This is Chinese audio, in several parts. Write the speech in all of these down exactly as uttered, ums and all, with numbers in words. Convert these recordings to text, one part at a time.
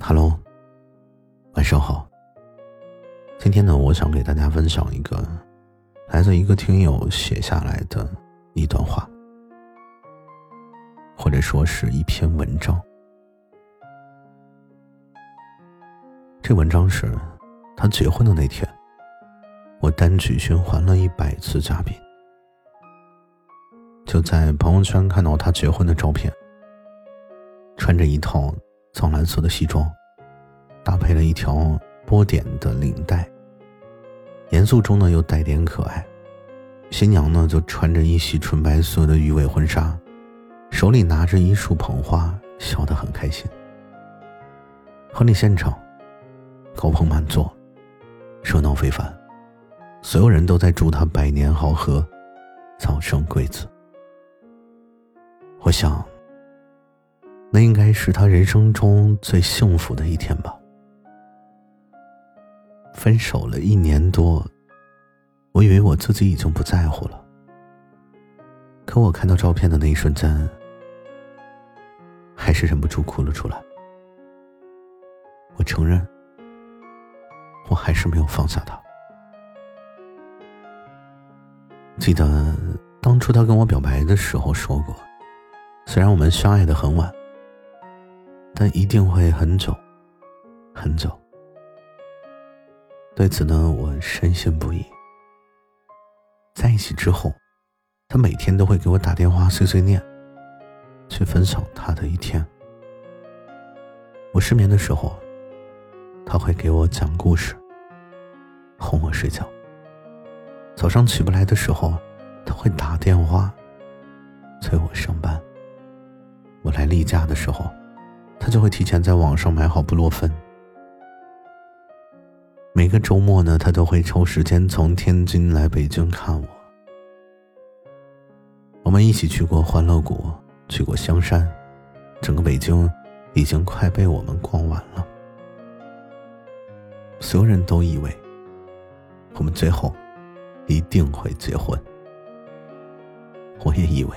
Hello， 晚上好。今天呢，我想给大家分享一个来自一个听友写下来的一段话，或者说是一篇文章。这文章是他结婚的那天，我单曲循环了一百次嘉宾。就在朋友圈看到他结婚的照片，穿着一套藏蓝色的西装，搭配了一条波点的领带，严肃中呢又带点可爱。新娘呢就穿着一袭纯白色的鱼尾婚纱，手里拿着一束捧花，笑得很开心。婚礼现场高朋满座，热闹非凡，所有人都在祝他百年好合，早生贵子。我想那应该是他人生中最幸福的一天吧。分手了一年多，我以为我自己已经不在乎了，可我看到照片的那一瞬间，还是忍不住哭了出来。我承认，我还是没有放下他。记得当初他跟我表白的时候说过，虽然我们相爱得很晚，但一定会很久很久。对此呢，我深信不疑。在一起之后，他每天都会给我打电话碎碎念，去分享他的一天。我失眠的时候，他会给我讲故事，哄我睡觉。早上起不来的时候，他会打电话催我上班。我来例假的时候，他就会提前在网上买好布洛芬。每个周末呢，他都会抽时间从天津来北京看我。我们一起去过欢乐谷，去过香山，整个北京已经快被我们逛完了。所有人都以为我们最后一定会结婚，我也以为。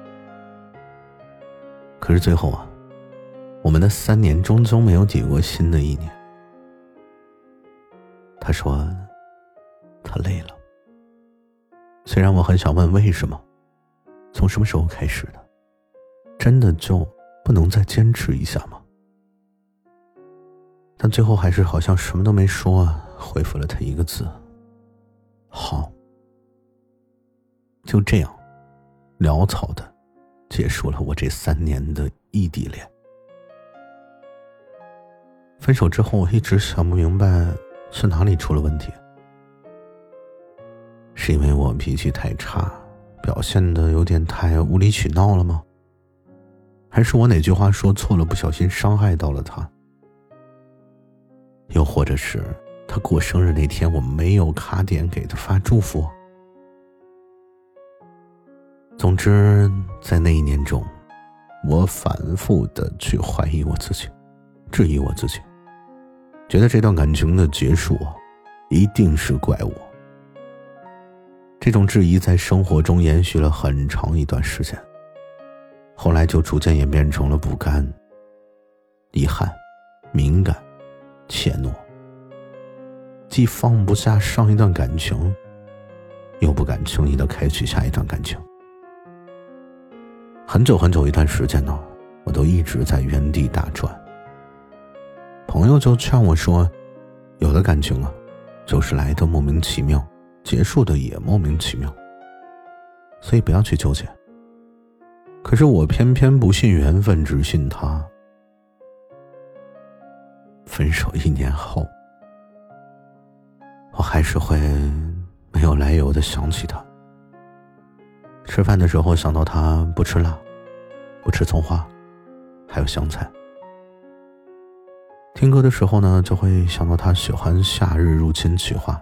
可是最后啊，我们的三年终究没有抵过新的一年。他说他累了。虽然我很想问为什么，从什么时候开始的？真的就不能再坚持一下吗？但最后还是好像什么都没说啊，回复了他一个字：好。就这样潦草的结束了我这三年的异地恋。分手之后，我一直想不明白是哪里出了问题。是因为我脾气太差，表现得有点太无理取闹了吗？还是我哪句话说错了，不小心伤害到了他？又或者是他过生日那天我没有卡点给他发祝福？总之在那一年中，我反复的去怀疑我自己，质疑我自己，觉得这段感情的结束一定是怪我。这种质疑在生活中延续了很长一段时间，后来就逐渐演变成了不甘、遗憾、敏感、怯懦，既放不下上一段感情，又不敢轻易的开启下一段感情。很久很久一段时间呢，我都一直在原地打转。朋友就劝我说，有的感情啊，就是来的莫名其妙，结束的也莫名其妙，所以不要去纠结。可是我偏偏不信缘分，只信他。分手一年后，我还是会没有来由的想起他。吃饭的时候想到他不吃辣，不吃葱花，还有香菜。听歌的时候呢，就会想到他喜欢《夏日入侵企划》。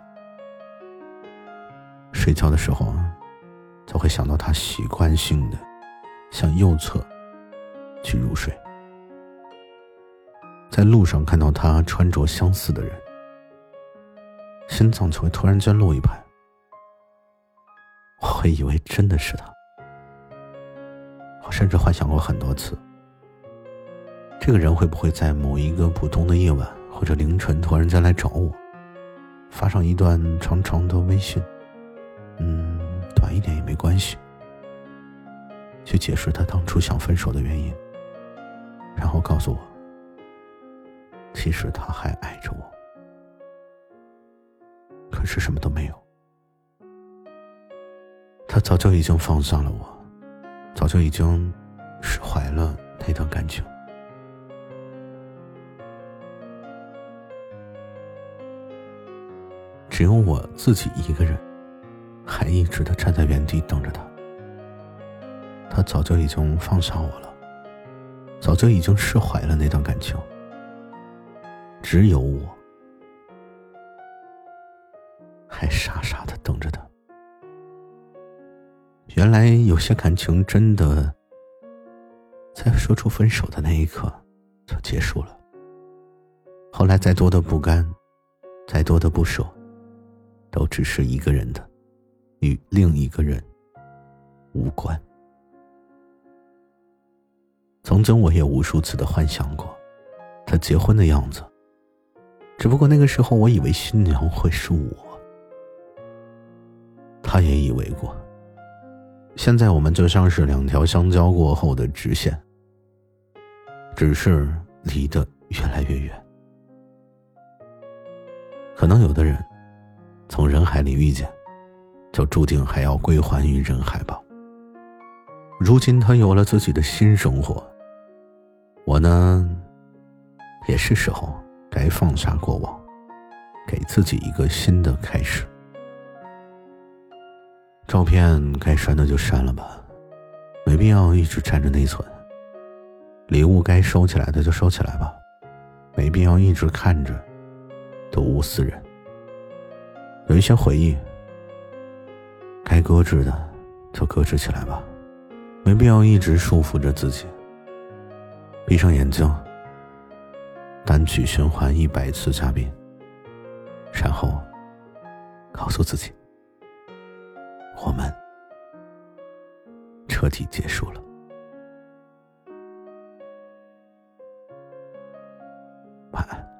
睡觉的时候就会想到他习惯性的向右侧去入睡。在路上看到他穿着相似的人，心脏就会突然间漏一拍。我会以为真的是他，我甚至幻想过很多次， 这个人会不会在某一个普通的夜晚或者凌晨突然间来找我，发上一段长长的微信，嗯，短一点也没关系，去解释他当初想分手的原因，然后告诉我，其实他还爱着我，可是什么都没有。他早就已经放下了我，早就已经释怀了那段感情。只有我自己一个人还一直的站在原地等着他。他早就已经放下我了，早就已经释怀了那段感情。只有我还傻傻的等着他。原来有些感情真的在说出分手的那一刻就结束了，后来再多的不甘，再多的不舍，都只是一个人的，与另一个人无关。曾经我也无数次的幻想过他结婚的样子，只不过那个时候我以为新娘会是我，他也以为过。现在我们就像是两条相交过后的直线，只是离得越来越远。可能有的人从人海里遇见，就注定还要归还于人海吧。如今他有了自己的新生活，我呢，也是时候该放下过往，给自己一个新的开始。照片该删的就删了吧，没必要一直占着内存。礼物该收起来的就收起来吧，没必要一直看着睹物思人。有一些回忆该搁置的就搁置起来吧，没必要一直束缚着自己。闭上眼睛，单曲循环一百次嘉宾，然后告诉自己，我们彻底结束了。晚安。